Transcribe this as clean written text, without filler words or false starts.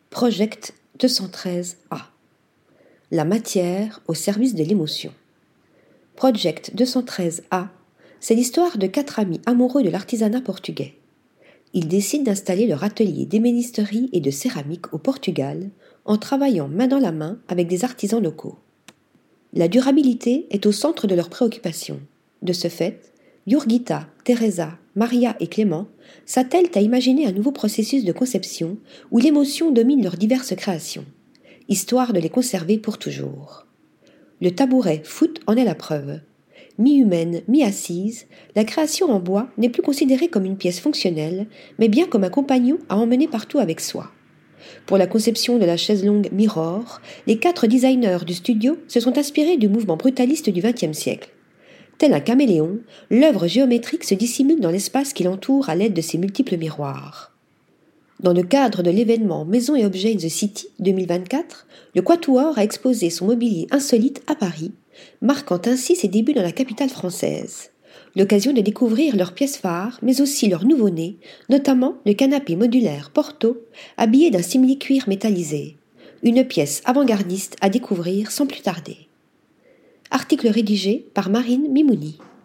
Project 213A. La matière au service de l'émotion. Project 213A, c'est l'histoire de 4 amis amoureux de l'artisanat portugais. Ils décident d'installer leur atelier d'ébénisterie et de céramique au Portugal en travaillant main dans la main avec des artisans locaux. La durabilité est au centre de leurs préoccupations. De ce fait, Jurgita, Teresa, Maria et Clément s'attellent à imaginer un nouveau processus de conception où l'émotion domine leurs diverses créations, histoire de les conserver pour toujours. Le tabouret foot en est la preuve. Mi-humaine, mi-assise, la création en bois n'est plus considérée comme une pièce fonctionnelle, mais bien comme un compagnon à emmener partout avec soi. Pour la conception de la chaise-longue Mirror, les 4 designers du studio se sont inspirés du mouvement brutaliste du XXe siècle. Tel un caméléon, l'œuvre géométrique se dissimule dans l'espace qui l'entoure à l'aide de ses multiples miroirs. Dans le cadre de l'événement Maisons et objets in the City 2024, le Quatuor a exposé son mobilier insolite à Paris, marquant ainsi ses débuts dans la capitale française. L'occasion de découvrir leurs pièces phares, mais aussi leurs nouveau-nés, notamment le canapé modulaire Porto, habillé d'un simili-cuir métallisé. Une pièce avant-gardiste à découvrir sans plus tarder. Article rédigé par Marine Mimouni.